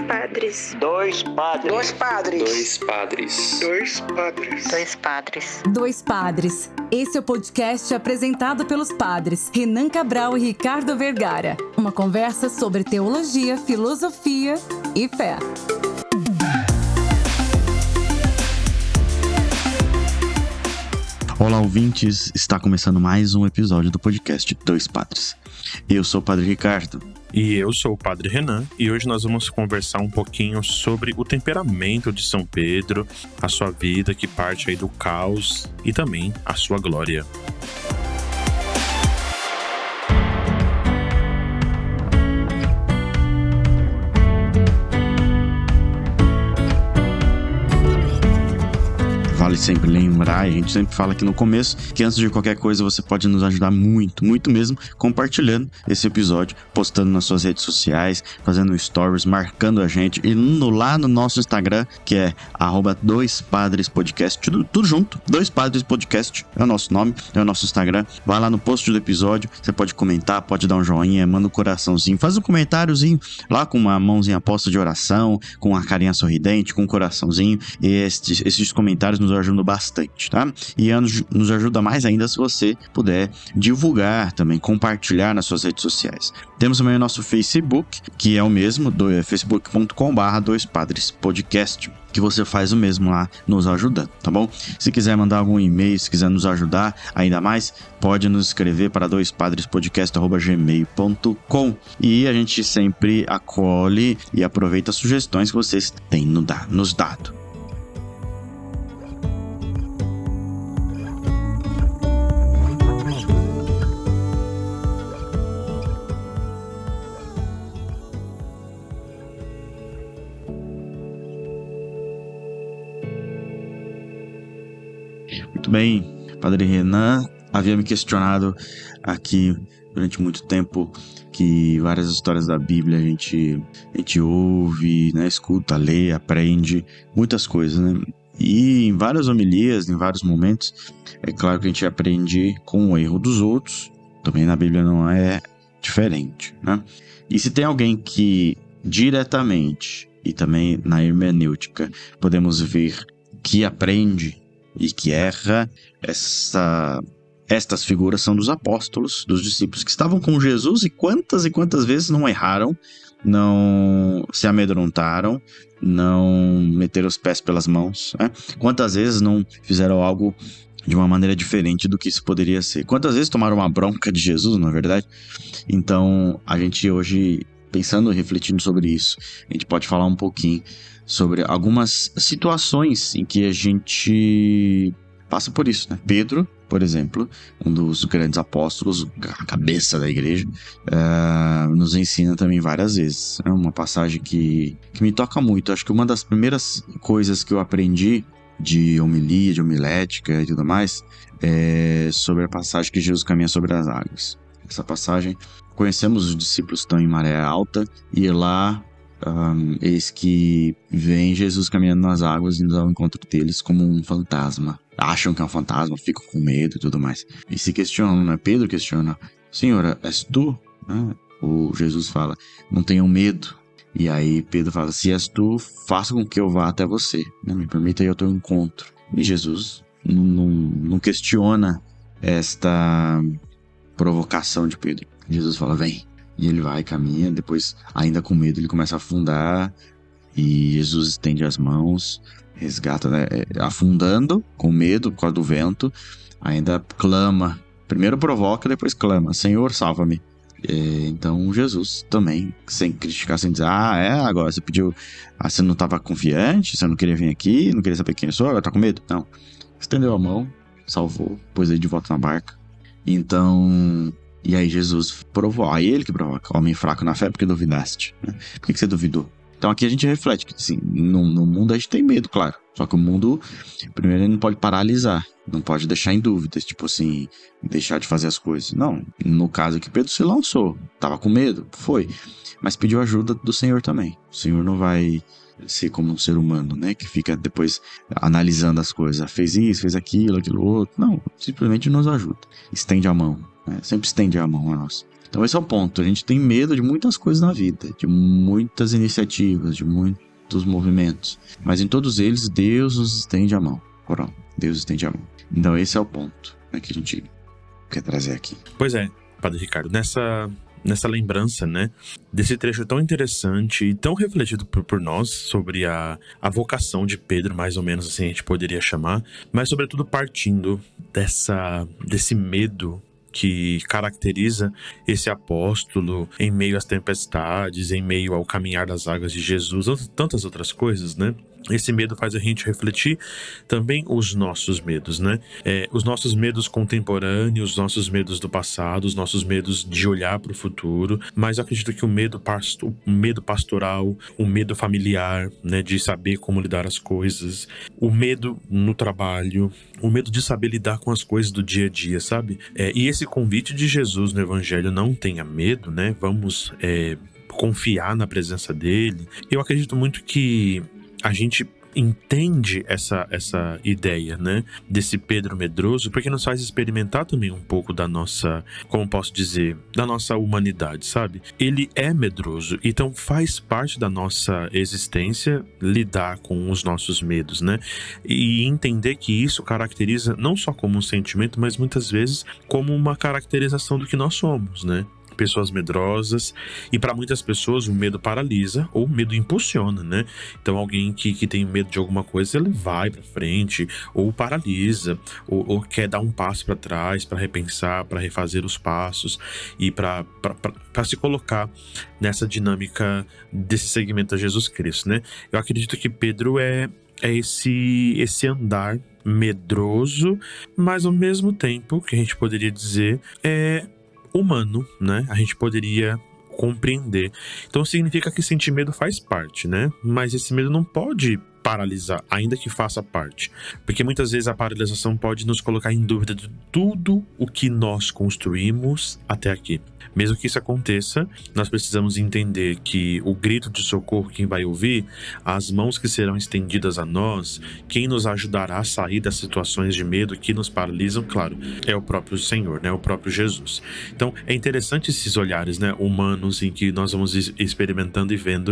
padres. Dois padres. Dois padres. Dois padres. Dois padres. Dois padres. Dois Padres. Esse é o podcast apresentado pelos padres Renan Cabral e Ricardo Vergara. Uma conversa sobre teologia, filosofia e fé. Olá, ouvintes! Está começando mais um episódio do podcast Dois Padres. Eu sou o Padre Ricardo. E eu sou o Padre Renan, e hoje nós vamos conversar um pouquinho sobre o temperamento de São Pedro, a sua vida que parte aí do caos e também a sua glória. Vale sempre lembrar, e a gente sempre fala aqui no começo, que antes de qualquer coisa você pode nos ajudar muito, muito mesmo, compartilhando esse episódio, postando nas suas redes sociais, fazendo stories, marcando a gente, e lá no nosso Instagram, que é @doispadrespodcast, tudo junto, Dois Padres Podcast, é o nosso nome, é o nosso Instagram. Vai lá no post do episódio, você pode comentar, pode dar um joinha, manda um coraçãozinho, faz um comentáriozinho lá com uma mãozinha posta de oração, com uma carinha sorridente, com um coraçãozinho, e esses comentários nos ajudam bastante, tá? E nos ajuda mais ainda se você puder divulgar também, compartilhar nas suas redes sociais. Temos também o nosso Facebook, que é o mesmo, facebook.com/doispadrespodcast, que você faz o mesmo lá, nos ajudando, tá bom? Se quiser mandar algum e-mail, se quiser nos ajudar ainda mais, pode nos escrever para doispadrespodcast@gmail.com, e a gente sempre acolhe e aproveita as sugestões que vocês têm nos dado. Muito bem, Padre Renan havia me questionado aqui durante muito tempo que várias histórias da Bíblia a gente ouve, né, escuta, lê, aprende muitas coisas, né? E em várias homilias, em vários momentos, é claro que a gente aprende com o erro dos outros, também na Bíblia não é diferente, né? E se tem alguém que diretamente e também na hermenêutica podemos ver que aprende e que erra, estas figuras são dos apóstolos, dos discípulos que estavam com Jesus, e quantas vezes não erraram, não se amedrontaram, não meteram os pés pelas mãos, né? Quantas vezes não fizeram algo de uma maneira diferente do que isso poderia ser? Quantas vezes tomaram uma bronca de Jesus, não é verdade? Então, a gente hoje, pensando e refletindo sobre isso, a gente pode falar um pouquinho sobre algumas situações em que a gente passa por isso, né? Pedro, por exemplo, um dos grandes apóstolos, a cabeça da igreja, nos ensina também várias vezes. É uma passagem que me toca muito. Acho que uma das primeiras coisas que eu aprendi de homilia, de homilética e tudo mais, é sobre a passagem que Jesus caminha sobre as águas. Essa passagem, conhecemos os discípulos que estão em maré alta, e lá eis que vem Jesus caminhando nas águas, indo ao encontro deles como um fantasma. Acham que é um fantasma, ficam com medo e tudo mais. E se questionam, né? Pedro questiona: Senhor, és tu? O Jesus fala: não tenham medo. E aí Pedro fala: se és tu, faça com que eu vá até você, né? Me permita ir ao teu encontro. E Jesus não questiona esta provocação de Pedro. Jesus fala: vem. E ele vai, caminha, depois, ainda com medo, ele começa a afundar, e Jesus estende as mãos, resgata, né? Afundando, com medo, por causa do vento, ainda clama. Primeiro provoca, depois clama: Senhor, salva-me. Então Jesus também, sem criticar, sem dizer: agora você pediu, você não estava confiante, você não queria vir aqui, não queria saber quem eu sou, agora tá com medo? Não. Estendeu a mão, salvou, pôs ele de volta na barca. Então, e aí Jesus provou, aí ele que provoca: homem fraco na fé, porque duvidaste, né? Por que você duvidou? Então aqui a gente reflete que, assim, no mundo a gente tem medo, claro. Só que o mundo, primeiro, ele não pode paralisar, não pode deixar em dúvidas, tipo assim, deixar de fazer as coisas. Não, no caso aqui, Pedro se lançou, tava com medo, foi, mas pediu ajuda do Senhor também. O Senhor não vai ser como um ser humano, né, que fica depois analisando as coisas. Fez isso, fez aquilo outro. Não, simplesmente nos ajuda. Estende a mão, né? Sempre estende a mão a nós. Então esse é o ponto. A gente tem medo de muitas coisas na vida, de muitas iniciativas, de muitos movimentos. Mas em todos eles, Deus nos estende a mão. Coral, Deus estende a mão. Então esse é o ponto, né, que a gente quer trazer aqui. Pois é, Padre Ricardo, nessa lembrança, né, desse trecho tão interessante e tão refletido por nós sobre a vocação de Pedro, mais ou menos assim a gente poderia chamar, mas sobretudo partindo desse medo que caracteriza esse apóstolo em meio às tempestades, em meio ao caminhar das águas de Jesus, tantas outras coisas, né? Esse medo faz a gente refletir também os nossos medos, né? Os nossos medos contemporâneos, os nossos medos do passado, os nossos medos de olhar para o futuro. Mas eu acredito que o medo pastoral, o medo familiar, né, de saber como lidar as coisas, o medo no trabalho, o medo de saber lidar com as coisas do dia a dia, sabe? E esse convite de Jesus no Evangelho, não tenha medo, né? Vamos confiar na presença dele. Eu acredito muito que a gente entende essa ideia, né, desse Pedro medroso, porque nos faz experimentar também um pouco da nossa, como posso dizer, da nossa humanidade, sabe? Ele é medroso, então faz parte da nossa existência lidar com os nossos medos, né? E entender que isso caracteriza não só como um sentimento, mas muitas vezes como uma caracterização do que nós somos, né? Pessoas medrosas, e para muitas pessoas o medo paralisa ou o medo impulsiona, né? Então alguém que tem medo de alguma coisa, ele vai para frente ou paralisa ou quer dar um passo para trás para repensar, para refazer os passos e para se colocar nessa dinâmica desse segmento a Jesus Cristo, né? Eu acredito que Pedro é esse andar medroso, mas ao mesmo tempo que a gente poderia dizer humano, né? A gente poderia compreender. Então significa que sentir medo faz parte, né? Mas esse medo não pode paralisar, ainda que faça parte. Porque muitas vezes a paralisação pode nos colocar em dúvida de tudo o que nós construímos até aqui. Mesmo que isso aconteça, nós precisamos entender que o grito de socorro, quem vai ouvir, as mãos que serão estendidas a nós, quem nos ajudará a sair das situações de medo que nos paralisam, claro, é o próprio Senhor, né? O próprio Jesus. Então, é interessante esses olhares, né, humanos, em que nós vamos experimentando e vendo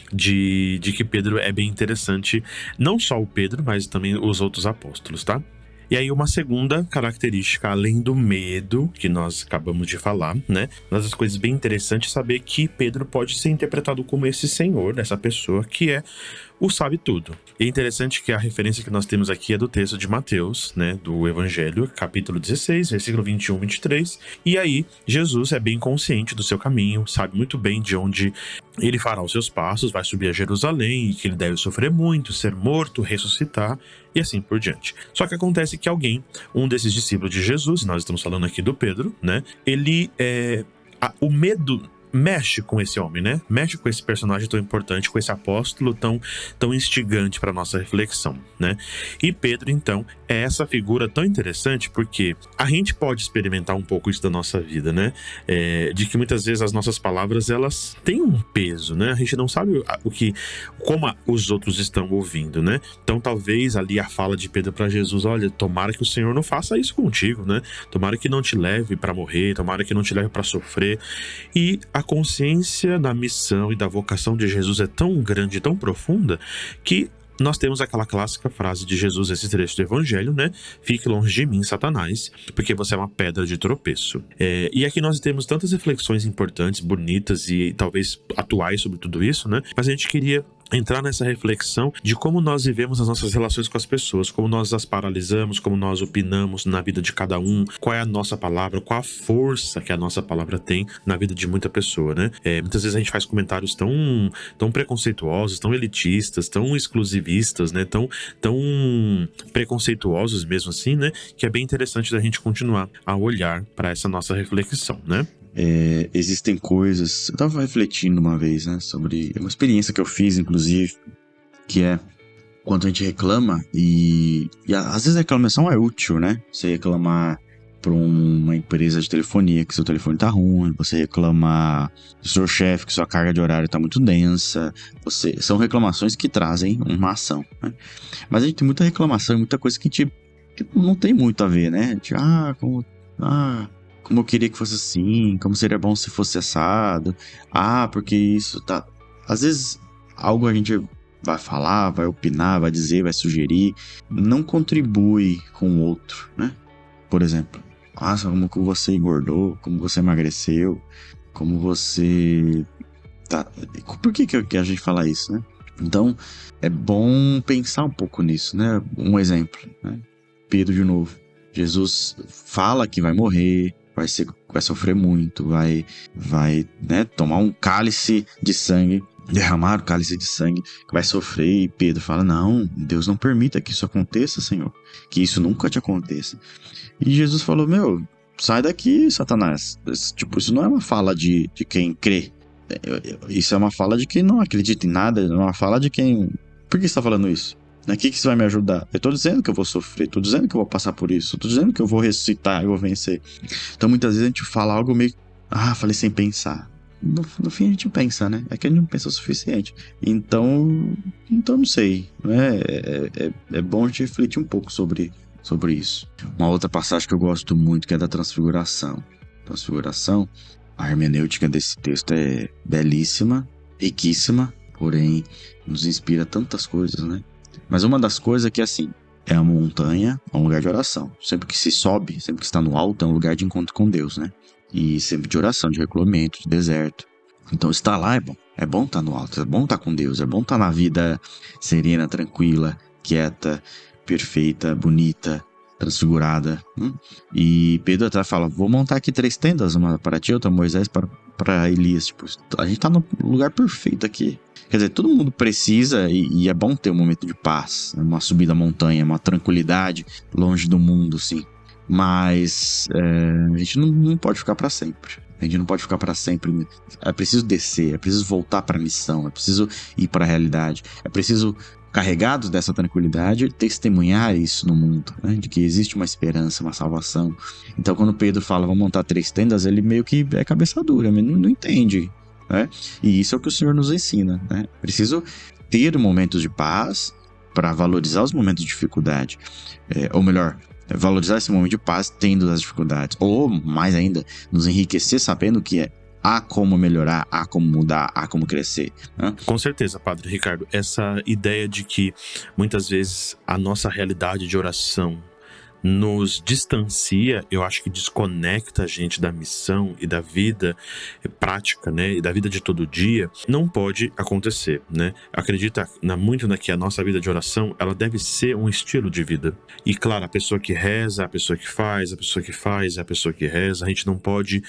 de que Pedro é bem interessante, não só o Pedro, mas também os outros apóstolos, tá? E aí uma segunda característica, além do medo, que nós acabamos de falar, né? Uma das coisas bem interessantes é saber que Pedro pode ser interpretado como esse Senhor, essa pessoa que é o sabe tudo. E é interessante que a referência que nós temos aqui é do texto de Mateus, né? Do Evangelho, capítulo 16, versículo 21, 23. E aí, Jesus é bem consciente do seu caminho, sabe muito bem de onde ele fará os seus passos, vai subir a Jerusalém, e que ele deve sofrer muito, ser morto, ressuscitar, e assim por diante. Só que acontece que alguém, um desses discípulos de Jesus, nós estamos falando aqui do Pedro, né? O medo mexe com esse homem, né? Mexe com esse personagem tão importante, com esse apóstolo tão instigante para nossa reflexão, né? E Pedro, então, é essa figura tão interessante porque a gente pode experimentar um pouco isso da nossa vida, né? De que muitas vezes as nossas palavras, elas têm um peso, né? A gente não sabe como os outros estão ouvindo, né? Então, talvez ali a fala de Pedro para Jesus, olha, tomara que o Senhor não faça isso contigo, né? Tomara que não te leve para morrer, tomara que não te leve para sofrer. E a consciência da missão e da vocação de Jesus é tão grande, tão profunda, que nós temos aquela clássica frase de Jesus, esse trecho do Evangelho, né? Fique longe de mim, Satanás, porque você é uma pedra de tropeço. E aqui nós temos tantas reflexões importantes, bonitas e talvez atuais sobre tudo isso, né? Mas a gente queria entrar nessa reflexão de como nós vivemos as nossas relações com as pessoas, como nós as paralisamos, como nós opinamos na vida de cada um, qual é a nossa palavra, qual a força que a nossa palavra tem na vida de muita pessoa, né? Muitas vezes a gente faz comentários tão preconceituosos, tão elitistas, tão exclusivistas, né? Tão preconceituosos mesmo assim, né? Que é bem interessante da gente continuar a olhar para essa nossa reflexão, né? Existem coisas... Eu tava refletindo uma vez, né, sobre uma experiência que eu fiz, inclusive, que é quando a gente reclama e às vezes a reclamação é útil, né? Você reclamar para uma empresa de telefonia que seu telefone tá ruim, você reclamar do seu chefe que sua carga de horário tá muito densa, são reclamações que trazem uma ação, né? Mas a gente tem muita reclamação e muita coisa que não tem muito a ver, né? Como como eu queria que fosse assim, como seria bom se fosse assado. Ah, porque isso tá... Às vezes, algo a gente vai falar, vai opinar, vai dizer, vai sugerir, não contribui com o outro, né? Por exemplo, nossa, como que você engordou, como você emagreceu, como você... Tá... Por que a gente fala isso, né? Então, é bom pensar um pouco nisso, né? Um exemplo, né? Pedro de novo. Jesus fala que vai morrer, vai sofrer muito, vai, né, tomar um cálice de sangue, derramar o cálice de sangue, que vai sofrer. E Pedro fala, não, Deus não permita que isso aconteça, Senhor, que isso nunca te aconteça. E Jesus falou, sai daqui, Satanás. Tipo, isso não é uma fala de quem crê. Isso é uma fala de quem não acredita em nada, é uma fala de quem... Por que você está falando isso? O que isso vai me ajudar? Eu tô dizendo que eu vou sofrer, tô dizendo que eu vou passar por isso, tô dizendo que eu vou ressuscitar, eu vou vencer. Então muitas vezes a gente fala algo meio... falei sem pensar. No fim a gente pensa, né? É que a gente não pensa o suficiente. Então não sei, né? É bom a gente refletir um pouco sobre isso. Uma outra passagem que eu gosto muito, que é da Transfiguração. Transfiguração, a hermenêutica desse texto é belíssima, riquíssima, porém nos inspira tantas coisas, né? Mas uma das coisas é que, assim, é a montanha, é um lugar de oração. Sempre que se sobe, sempre que está no alto, é um lugar de encontro com Deus, né? E sempre de oração, de recolhimento, de deserto. Então estar lá é bom. É bom estar no alto, é bom estar com Deus, é bom estar na vida serena, tranquila, quieta, perfeita, bonita, transfigurada. E Pedro até fala, vou montar aqui 3 tendas, uma para ti, outra Moisés, para Elias. Tipo, a gente tá no lugar perfeito aqui. Quer dizer, todo mundo precisa e é bom ter um momento de paz, uma subida à montanha, uma tranquilidade longe do mundo, sim. Mas a gente não pode ficar para sempre. A gente não pode ficar para sempre. É preciso descer, é preciso voltar para a missão, é preciso ir para a realidade, é preciso, carregados dessa tranquilidade, testemunhar isso no mundo, né? De que existe uma esperança, uma salvação. Então, quando Pedro fala, vamos montar 3 tendas, ele meio que é cabeça dura, não entende, né? E isso é o que o Senhor nos ensina, né? Preciso ter momentos de paz para valorizar os momentos de dificuldade. Ou melhor, valorizar esse momento de paz tendo as dificuldades. Ou, mais ainda, nos enriquecer sabendo que há como melhorar, há como mudar, há como crescer, né? Com certeza, Padre Ricardo. Essa ideia de que muitas vezes a nossa realidade de oração nos distancia, eu acho que desconecta a gente da missão e da vida prática, né, e da vida de todo dia, não pode acontecer, né? Acredita muito que a nossa vida de oração, ela deve ser um estilo de vida. E claro, a pessoa que reza, a pessoa que faz, a pessoa que faz, a pessoa que reza, a gente não pode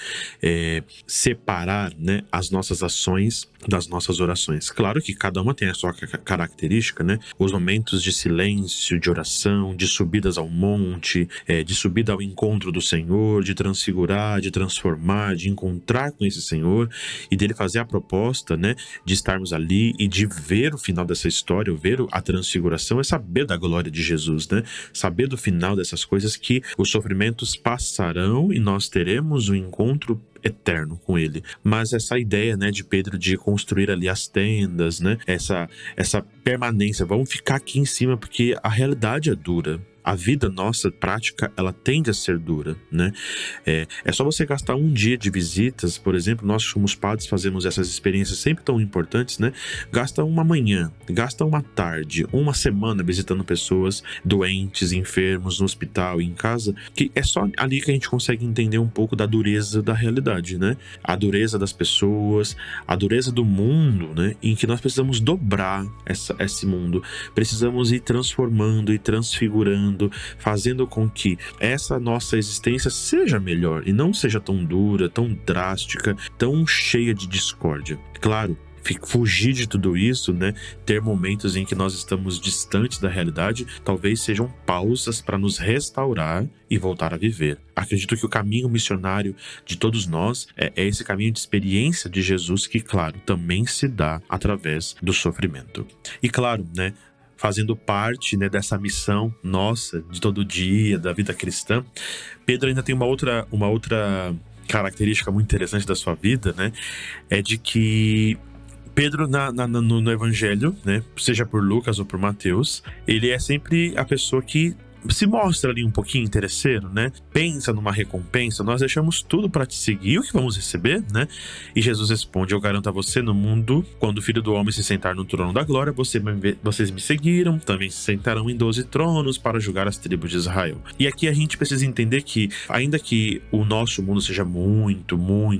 separar, né, as nossas ações das nossas orações. Claro que cada uma tem a sua característica, né? Os momentos de silêncio, de oração, de subidas ao monte, de subida ao encontro do Senhor, de transfigurar, de transformar, de encontrar com esse Senhor e dele fazer a proposta, né, de estarmos ali e de ver o final dessa história, ver a transfiguração, é saber da glória de Jesus, né? Saber do final dessas coisas, que os sofrimentos passarão e nós teremos um encontro eterno com ele. Mas essa ideia, né, de Pedro de construir ali as tendas, né, essa permanência, vamos ficar aqui em cima porque a realidade é dura. A vida nossa prática, ela tende a ser dura, né? É só você gastar um dia de visitas, por exemplo, nós somos padres, fazemos essas experiências sempre tão importantes, né? Gasta uma manhã, gasta uma tarde, uma semana visitando pessoas doentes, enfermos, no hospital, em casa, que é só ali que a gente consegue entender um pouco da dureza da realidade, né? A dureza das pessoas, a dureza do mundo, né? Em que nós precisamos dobrar esse mundo, precisamos ir transformando e transfigurando, fazendo com que essa nossa existência seja melhor e não seja tão dura, tão drástica, tão cheia de discórdia. Claro, fugir de tudo isso, né? Ter momentos em que nós estamos distantes da realidade, talvez sejam pausas para nos restaurar e voltar a viver. Acredito que o caminho missionário de todos nós é esse caminho de experiência de Jesus que, claro, também se dá através do sofrimento. E claro, né, fazendo parte, né, dessa missão nossa de todo dia, da vida cristã, Pedro ainda tem uma outra característica muito interessante da sua vida, né? É de que Pedro no Evangelho, né, seja por Lucas ou por Mateus, ele é sempre a pessoa que se mostra ali um pouquinho interesseiro, né? Pensa numa recompensa, nós deixamos tudo para te seguir, o que vamos receber, né? E Jesus responde: eu garanto a você, no mundo, quando o Filho do Homem se sentar no trono da glória, vocês me seguiram, também se sentarão em 12 tronos para julgar as tribos de Israel. E aqui a gente precisa entender que, ainda que o nosso mundo seja muito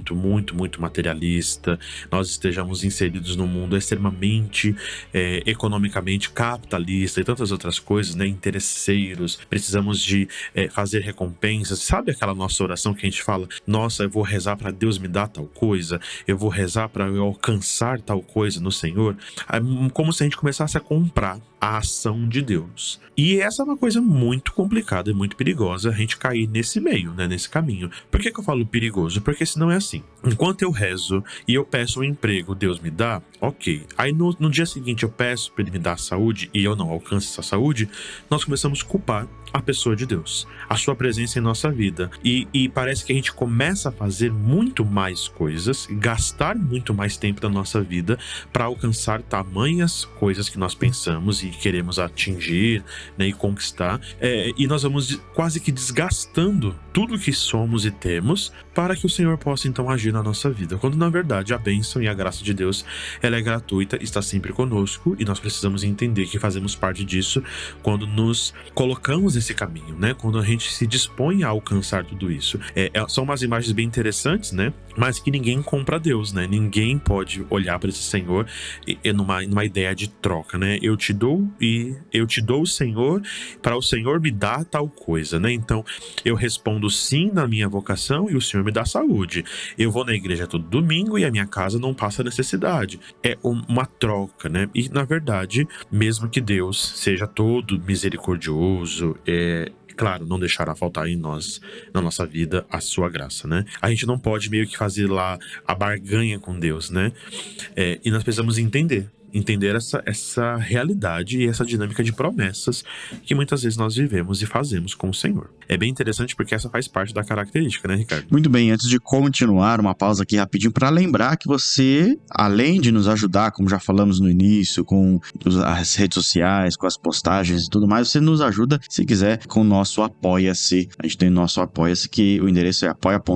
materialista, nós estejamos inseridos num mundo extremamente economicamente capitalista e tantas outras coisas, né? Interesseiros, precisamos de fazer recompensas. Sabe aquela nossa oração que a gente fala: nossa, eu vou rezar para Deus me dar tal coisa, eu vou rezar para eu alcançar tal coisa no Senhor? Como se a gente começasse a comprar a ação de Deus. E essa é uma coisa muito complicada e muito perigosa, a gente cair nesse meio, né, nesse caminho. Por que eu falo perigoso? Porque senão é assim: enquanto eu rezo e eu peço um emprego, Deus me dá, ok. Aí no dia seguinte eu peço para Ele me dar saúde e eu não alcanço essa saúde, nós começamos a culpar a pessoa de Deus, a sua presença em nossa vida. E parece que a gente começa a fazer muito mais coisas, gastar muito mais tempo da nossa vida para alcançar tamanhas coisas que nós pensamos e queremos atingir, né, e conquistar. E nós vamos quase que desgastando tudo que somos e temos para que o Senhor possa então agir na nossa vida. Quando na verdade a bênção e a graça de Deus, ela é gratuita, está sempre conosco, e nós precisamos entender que fazemos parte disso quando nos colocamos nesse caminho, né? Quando a gente se dispõe a alcançar tudo isso. São umas imagens bem interessantes, né? Mas que ninguém compra Deus, né? Ninguém pode olhar para esse Senhor numa ideia de troca, né? Eu te dou o Senhor para o Senhor me dar tal coisa, né? Então eu respondo sim na minha vocação e o Senhor me dá saúde. Eu vou na igreja todo domingo e a minha casa não passa necessidade. É uma troca, né? E na verdade, mesmo que Deus seja todo misericordioso, claro, não deixará faltar em nós, na nossa vida, a sua graça, né? A gente não pode meio que fazer lá a barganha com Deus, né? E nós precisamos entender essa realidade e essa dinâmica de promessas que muitas vezes nós vivemos e fazemos com o Senhor. É bem interessante porque essa faz parte da característica, né, Ricardo? Muito bem, antes de continuar, uma pausa aqui rapidinho para lembrar que você, além de nos ajudar, como já falamos no início, com as redes sociais, com as postagens e tudo mais, você nos ajuda, se quiser, com o nosso Apoia-se. A gente tem o nosso Apoia-se, que o endereço é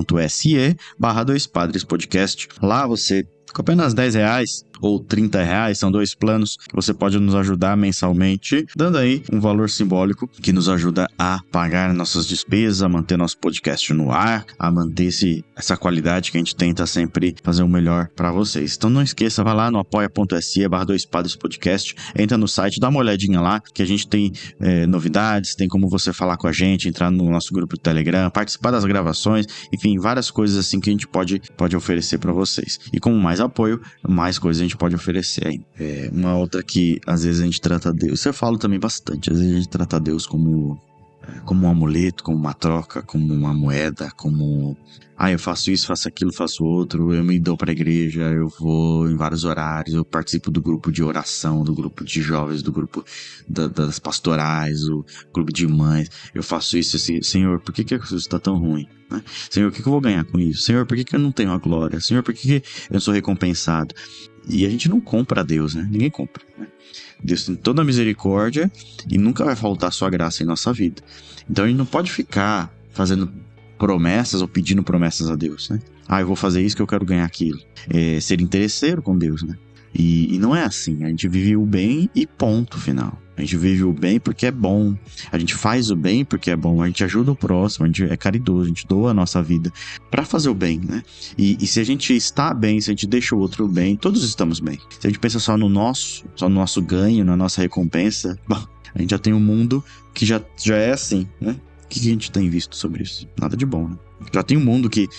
apoia.se/2padrespodcast. Lá você, com apenas R$10 ou R$30, são 2 planos que você pode nos ajudar mensalmente, dando aí um valor simbólico que nos ajuda a pagar nossas despesas, a manter nosso podcast no ar, a manter essa qualidade que a gente tenta sempre fazer o melhor para vocês. Então não esqueça, vai lá no apoia.se/2padrespodcast, entra no site, dá uma olhadinha lá, que a gente tem novidades, tem como você falar com a gente, entrar no nosso grupo do Telegram, participar das gravações, enfim, várias coisas assim que a gente pode oferecer para vocês. E como mais apoio, mais coisas a gente pode oferecer aí. Uma outra que às vezes a gente trata Deus, isso eu falo também bastante, às vezes a gente trata Deus como um amuleto, como uma troca, como uma moeda, como eu faço isso, faço aquilo, faço outro, eu me dou pra igreja, eu vou em vários horários, eu participo do grupo de oração, do grupo de jovens, do grupo das pastorais, o grupo de mães, eu faço isso assim. Senhor, por que isso está tão ruim? Né? Senhor, o que eu vou ganhar com isso? Senhor, por que eu não tenho a glória? Senhor, por que eu não sou recompensado? E a gente não compra Deus, né? Ninguém compra, né? Deus tem toda a misericórdia e nunca vai faltar a sua graça em nossa vida. Então a gente não pode ficar fazendo promessas ou pedindo promessas a Deus, né? Eu vou fazer isso que eu quero ganhar aquilo. Ser interesseiro com Deus, né? E não é assim. A gente vive o bem e ponto final. A gente vive o bem porque é bom. A gente faz o bem porque é bom. A gente ajuda o próximo, a gente é caridoso, a gente doa a nossa vida para fazer o bem, né? E se a gente está bem, se a gente deixa o outro bem, todos estamos bem. Se a gente pensa só no nosso ganho, na nossa recompensa, bom, a gente já tem um mundo que já é assim, né? O que a gente tem visto sobre isso? Nada de bom, né? Já tem um mundo que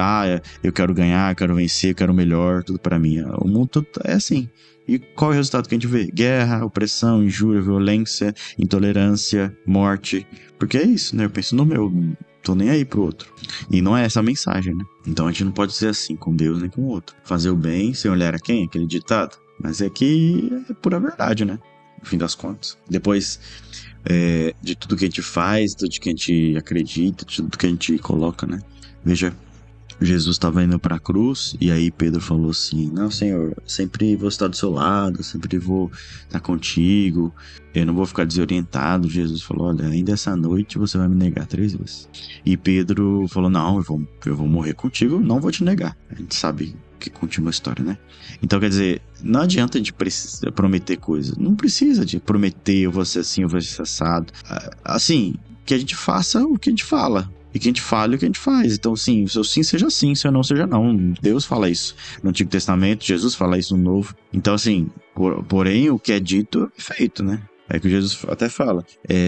eu quero ganhar, eu quero vencer, eu quero o melhor, tudo para mim. O mundo é assim. E qual é o resultado que a gente vê? Guerra, opressão, injúria, violência, intolerância, morte. Porque é isso, né? Eu penso no meu, não tô nem aí pro outro. E não é essa a mensagem, né? Então a gente não pode ser assim com Deus nem com o outro. Fazer o bem sem olhar a quem? Aquele ditado. Mas é que é pura verdade, né? No fim das contas. Depois de tudo que a gente faz, tudo que a gente acredita, de tudo que a gente coloca, né? Veja Jesus estava indo para a cruz, e aí Pedro falou assim: não, Senhor, sempre vou estar do seu lado, sempre vou estar contigo, eu não vou ficar desorientado. Jesus falou: olha, ainda essa noite você vai me negar 3 vezes. E Pedro falou: não, eu vou morrer contigo, não vou te negar. A gente sabe que continua a história, né? Então, quer dizer, não adianta a gente prometer coisas. Não precisa de prometer, eu vou ser assim, eu vou ser assado. Assim, que a gente faça o que a gente fala. E que a gente fale o que a gente faz. Então, sim, o seu sim seja sim, o seu não seja não. Deus fala isso no Antigo Testamento, Jesus fala isso no Novo. Então, assim, porém, o que é dito é feito, né? É que Jesus até fala.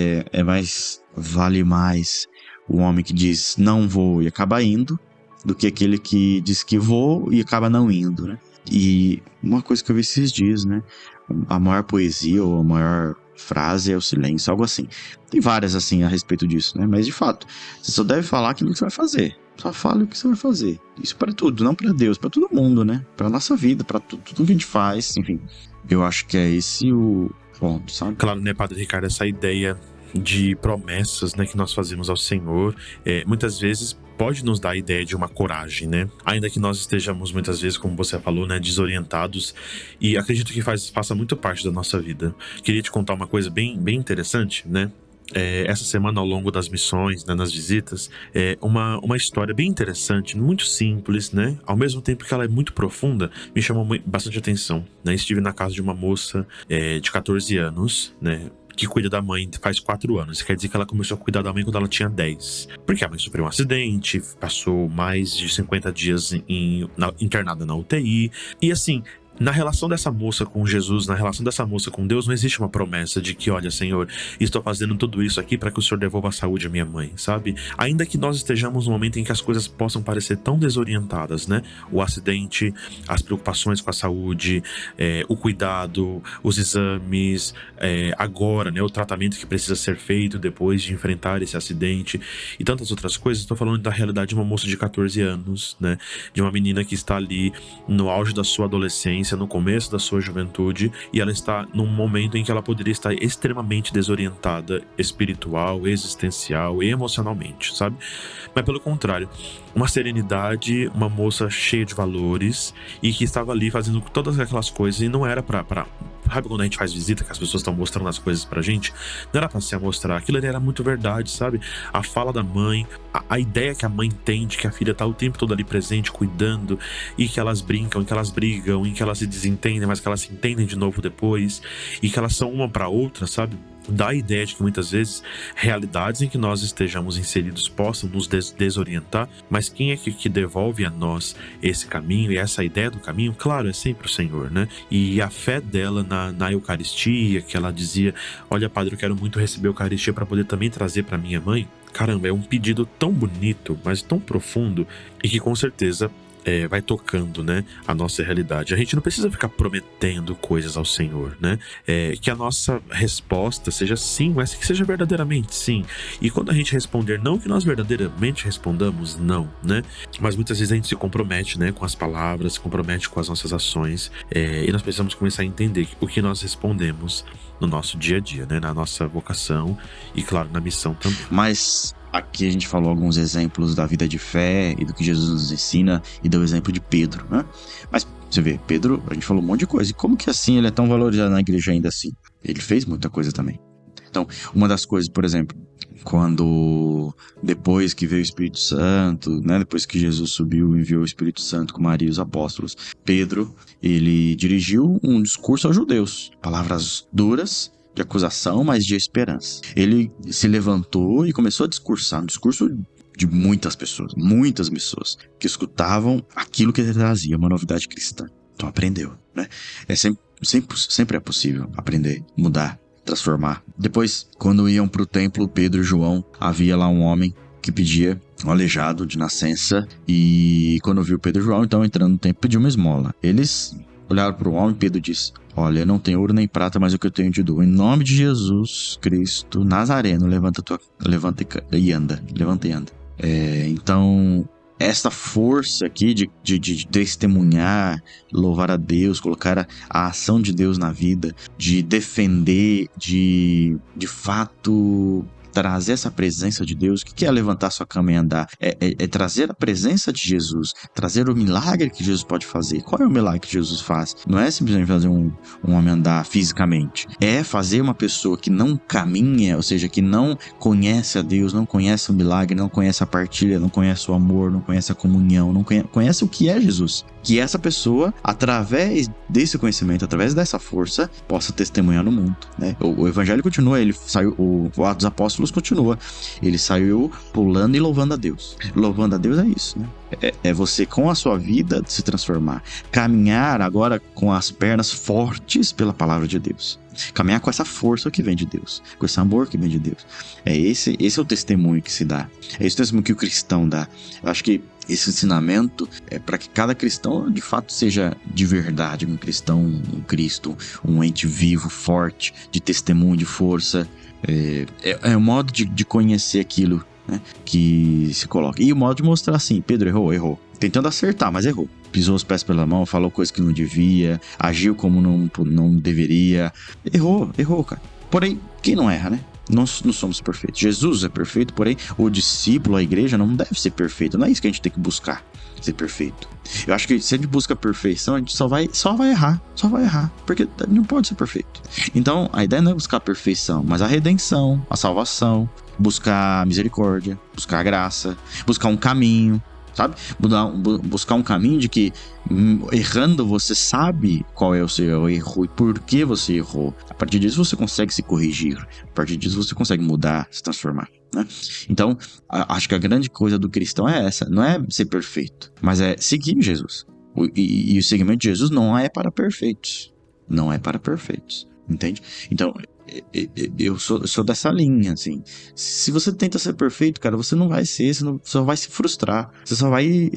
Vale mais o homem que diz não vou e acaba indo, do que aquele que diz que vou e acaba não indo, né? E uma coisa que eu vi esses dias, né? A maior poesia ou a maior frase é o silêncio, algo assim. Tem várias assim a respeito disso, né? Mas de fato, você só deve falar aquilo que você vai fazer. Só fale o que você vai fazer. Isso para tudo, não para Deus, para todo mundo, né? Para nossa vida, para tudo que a gente faz, enfim. Eu acho que é esse o ponto, sabe? Claro, né, Padre Ricardo, essa ideia de promessas, né, que nós fazemos ao Senhor, muitas vezes pode nos dar a ideia de uma coragem, né? Ainda que nós estejamos muitas vezes, como você falou, né, desorientados, e acredito que faça muito parte da nossa vida. Queria te contar uma coisa bem interessante, né? Essa semana, ao longo das missões, né, nas visitas, uma história bem interessante, muito simples, né? Ao mesmo tempo que ela é muito profunda, me chamou bastante atenção, né? Estive na casa de uma moça de 14 anos, né? Que cuida da mãe faz 4 anos. Isso quer dizer que ela começou a cuidar da mãe quando ela tinha 10. Porque a mãe sofreu um acidente, passou mais de 50 dias internada na UTI. E assim, na relação dessa moça com Jesus, na relação dessa moça com Deus, não existe uma promessa de que, olha, Senhor, estou fazendo tudo isso aqui para que o Senhor devolva a saúde à minha mãe, sabe? Ainda que nós estejamos num momento em que as coisas possam parecer tão desorientadas, né? O acidente, as preocupações com a saúde, o cuidado, os exames, agora, né? O tratamento que precisa ser feito depois de enfrentar esse acidente e tantas outras coisas. Estou falando da realidade de uma moça de 14 anos, né? De uma menina que está ali no auge da sua adolescência, no começo da sua juventude, e ela está num momento em que ela poderia estar extremamente desorientada espiritual, existencial e emocionalmente, sabe? Mas pelo contrário, uma serenidade, uma moça cheia de valores e que estava ali fazendo todas aquelas coisas e não era pra sabe quando a gente faz visita que as pessoas estão mostrando as coisas pra gente? Não era pra se mostrar, aquilo ali era muito verdade, sabe? A fala da mãe, a ideia que a mãe tem de que a filha tá o tempo todo ali presente, cuidando, e que elas brincam, e que elas brigam, e que elas se desentendem, mas que elas se entendem de novo depois, e que elas são uma pra outra, sabe? Dá a ideia de que muitas vezes realidades em que nós estejamos inseridos possam nos desorientar, mas quem é que devolve a nós esse caminho e essa ideia do caminho? Claro, é sempre o Senhor, né? E a fé dela na Eucaristia, que ela dizia: olha, Padre, eu quero muito receber a Eucaristia para poder também trazer para minha mãe. Caramba, é um pedido tão bonito, mas tão profundo, e que com certeza vai tocando, né, a nossa realidade. A gente não precisa ficar prometendo coisas ao Senhor, né? Que a nossa resposta seja sim, mas que seja verdadeiramente sim. E quando a gente responder não, que nós verdadeiramente respondamos não, né? Mas muitas vezes a gente se compromete, né, com as palavras, se compromete com as nossas ações, e nós precisamos começar a entender o que nós respondemos no nosso dia a dia, né, na nossa vocação e, claro, na missão também. Mas aqui a gente falou alguns exemplos da vida de fé e do que Jesus nos ensina, e deu o exemplo de Pedro, né? Mas você vê, Pedro, a gente falou um monte de coisa. E como que assim ele é tão valorizado na igreja ainda assim? Ele fez muita coisa também. Então, uma das coisas, por exemplo, quando depois que veio o Espírito Santo, né, depois que Jesus subiu e enviou o Espírito Santo com Maria e os apóstolos, Pedro, ele dirigiu um discurso aos judeus, palavras duras, de acusação, mas de esperança. Ele se levantou e começou a discursar, um discurso de muitas pessoas que escutavam aquilo que ele trazia, uma novidade cristã. Então aprendeu, né? Sempre é possível aprender, mudar, transformar. Depois, quando iam para o templo, Pedro e João, havia lá um homem que pedia um aleijado de nascença, e quando viu Pedro e João, então entrando no templo, pediu uma esmola. Eles olharam para o homem e Pedro disse: olha, eu não tenho ouro nem prata, mas o que eu tenho te dou. Em nome de Jesus Cristo Nazareno, levanta e anda. Então, essa força aqui de testemunhar, louvar a Deus, colocar a ação de Deus na vida, de defender, de fato trazer essa presença de Deus. O que é levantar sua cama e andar? É trazer a presença de Jesus, trazer o milagre que Jesus pode fazer. Qual é o milagre que Jesus faz? Não é simplesmente fazer um homem andar fisicamente. É fazer uma pessoa que não caminha, ou seja, que não conhece a Deus, não conhece o milagre, não conhece a partilha, não conhece o amor, não conhece a comunhão, não conhece o que é Jesus. Que essa pessoa, através desse conhecimento, através dessa força, possa testemunhar no mundo, né? O evangelho continua, ele saiu, o Atos dos Apóstolos continua, ele saiu pulando e louvando a Deus. Louvando a Deus é isso, né? É você com a sua vida se transformar, caminhar agora com as pernas fortes pela palavra de Deus, caminhar com essa força que vem de Deus, com esse amor que vem de Deus. Esse é o testemunho que se dá, é esse o testemunho que o cristão dá. Eu acho que esse ensinamento é para que cada cristão de fato seja de verdade um cristão, um Cristo, um ente vivo, forte, de testemunho, de força. É um modo de conhecer aquilo, né, que se coloca. E o modo de mostrar assim: Pedro errou. Tentando acertar, mas errou. Pisou os pés pela mão, falou coisas que não devia, agiu como não deveria. Errou, cara. Porém, quem não erra, né? Nós não somos perfeitos. Jesus é perfeito, porém o discípulo, a igreja, não deve ser perfeito. Não é isso que a gente tem que buscar, ser perfeito. Eu acho que se a gente busca perfeição, a gente só vai errar. Só vai errar, porque não pode ser perfeito. Então, a ideia não é buscar a perfeição, mas a redenção, a salvação, buscar a misericórdia, buscar a graça, buscar um caminho, sabe? Buscar um caminho de que, errando, você sabe qual é o seu erro e por que você errou. A partir disso você consegue se corrigir, a partir disso você consegue mudar, se transformar, né? Então, acho que a grande coisa do cristão é essa, não é ser perfeito, mas é seguir Jesus. E o seguimento de Jesus não é para perfeitos, entende? Então, eu sou dessa linha, assim. Se você tenta ser perfeito, cara, você não vai ser, você só vai se frustrar. Você só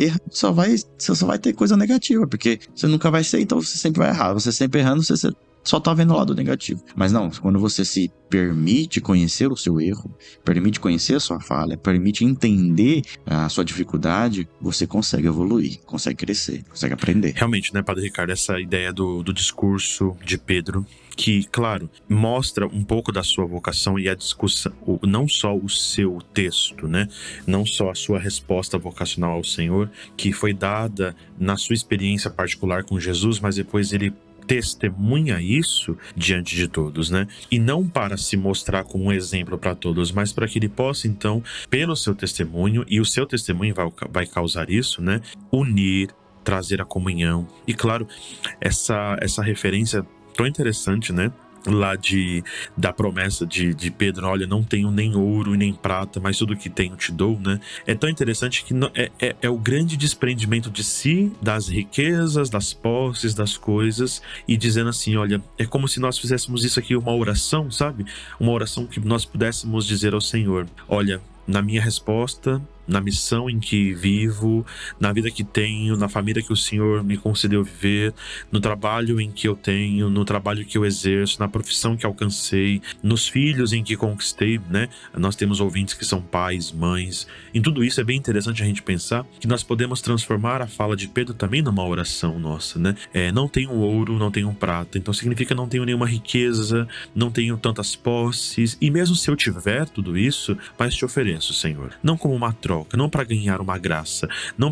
vai ter coisa negativa, porque você nunca vai ser, então você sempre vai errar. Você sempre errando, você só tá vendo o lado negativo. Mas não, quando você se permite conhecer o seu erro, permite conhecer a sua falha, permite entender a sua dificuldade, você consegue evoluir, consegue crescer, consegue aprender. Realmente, né, Padre Ricardo, essa ideia do discurso de Pedro, que, claro, mostra um pouco da sua vocação e a discussão, não só o seu texto, né, não só a sua resposta vocacional ao Senhor, que foi dada na sua experiência particular com Jesus, mas depois ele testemunha isso diante de todos, né? E não para se mostrar como um exemplo para todos, mas para que ele possa, então, pelo seu testemunho, e o seu testemunho vai causar isso, né? Unir, trazer a comunhão. E, claro, essa referência tão interessante, né? Lá da promessa de Pedro: olha, não tenho nem ouro e nem prata, mas tudo que tenho te dou, né? É tão interessante que é o grande desprendimento de si, das riquezas, das posses, das coisas, e dizendo assim: olha, é como se nós fizéssemos isso aqui, uma oração, sabe? Uma oração que nós pudéssemos dizer ao Senhor: olha, na minha resposta, na missão em que vivo, na vida que tenho, na família que o Senhor me concedeu viver, no trabalho em que eu tenho, no trabalho que eu exerço, na profissão que alcancei, nos filhos em que conquistei, né? Nós temos ouvintes que são pais, mães. Em tudo isso é bem interessante a gente pensar que nós podemos transformar a fala de Pedro também numa oração nossa, né? Não tenho ouro, não tenho prata, então significa não tenho nenhuma riqueza, não tenho tantas posses, e mesmo se eu tiver tudo isso, mas te ofereço, Senhor, não como uma troca, não para ganhar uma graça, não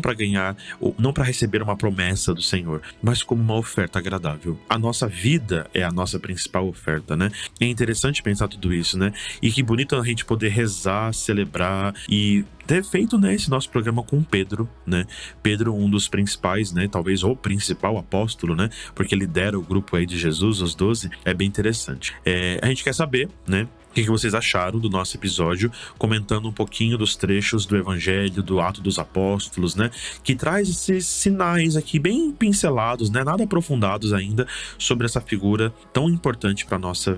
para receber uma promessa do Senhor, mas como uma oferta agradável. A nossa vida é a nossa principal oferta, né? É interessante pensar tudo isso, né? E que bonito a gente poder rezar, celebrar e ter feito, né, esse nosso programa com Pedro, né? Pedro, um dos principais, né? Talvez o principal apóstolo, né? Porque lidera o grupo aí de Jesus, os 12. É bem interessante. A gente quer saber, né? O que vocês acharam do nosso episódio, comentando um pouquinho dos trechos do Evangelho, do Ato dos Apóstolos, né? Que traz esses sinais aqui bem pincelados, né? Nada aprofundados ainda sobre essa figura tão importante para nossa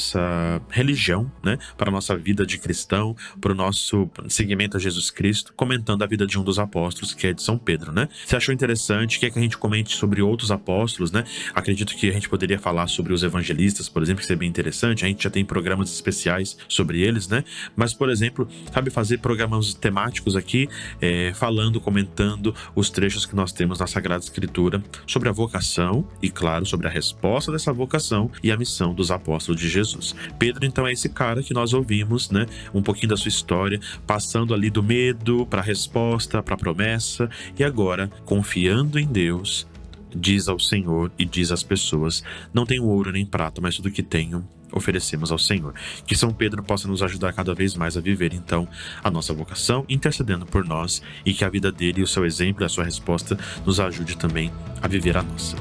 religião, né? Para a nossa vida de cristão, para o nosso seguimento a Jesus Cristo, comentando a vida de um dos apóstolos, que é de São Pedro, né? Você achou interessante? Quer que a gente comente sobre outros apóstolos, né? Acredito que a gente poderia falar sobre os evangelistas, por exemplo, que seria bem interessante. A gente já tem programas especiais especiais sobre eles, né? Mas, por exemplo, sabe, fazer programas temáticos aqui, falando, comentando os trechos que nós temos na Sagrada Escritura sobre a vocação e, claro, sobre a resposta dessa vocação e a missão dos apóstolos de Jesus. Pedro, então, é esse cara que nós ouvimos, né? Um pouquinho da sua história, passando ali do medo para a resposta, para a promessa, e agora, confiando em Deus, diz ao Senhor e diz às pessoas: não tenho ouro nem prata, mas tudo que tenho oferecemos ao Senhor. Que São Pedro possa nos ajudar cada vez mais a viver, então, a nossa vocação, intercedendo por nós, e que a vida dele e o seu exemplo e a sua resposta nos ajude também a viver a nossa.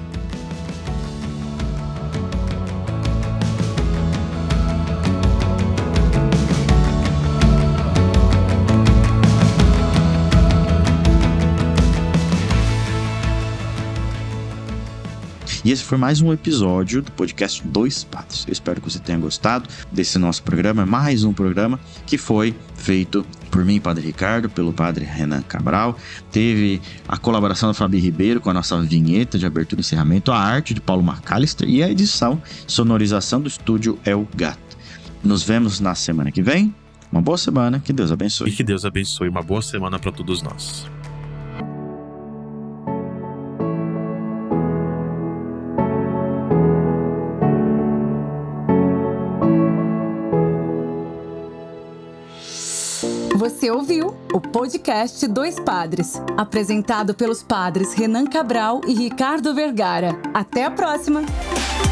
E esse foi mais um episódio do podcast Dois Padres. Eu espero que você tenha gostado desse nosso programa, mais um programa que foi feito por mim, Padre Ricardo, pelo Padre Renan Cabral. Teve a colaboração da Fabi Ribeiro com a nossa vinheta de abertura e encerramento, a arte de Paulo Macalister e a edição, sonorização do estúdio El Gato. Nos vemos na semana que vem. Uma boa semana, que Deus abençoe. E que Deus abençoe, uma boa semana para todos nós. Você ouviu o podcast Dois Padres, apresentado pelos padres Renan Cabral e Ricardo Vergara. Até a próxima!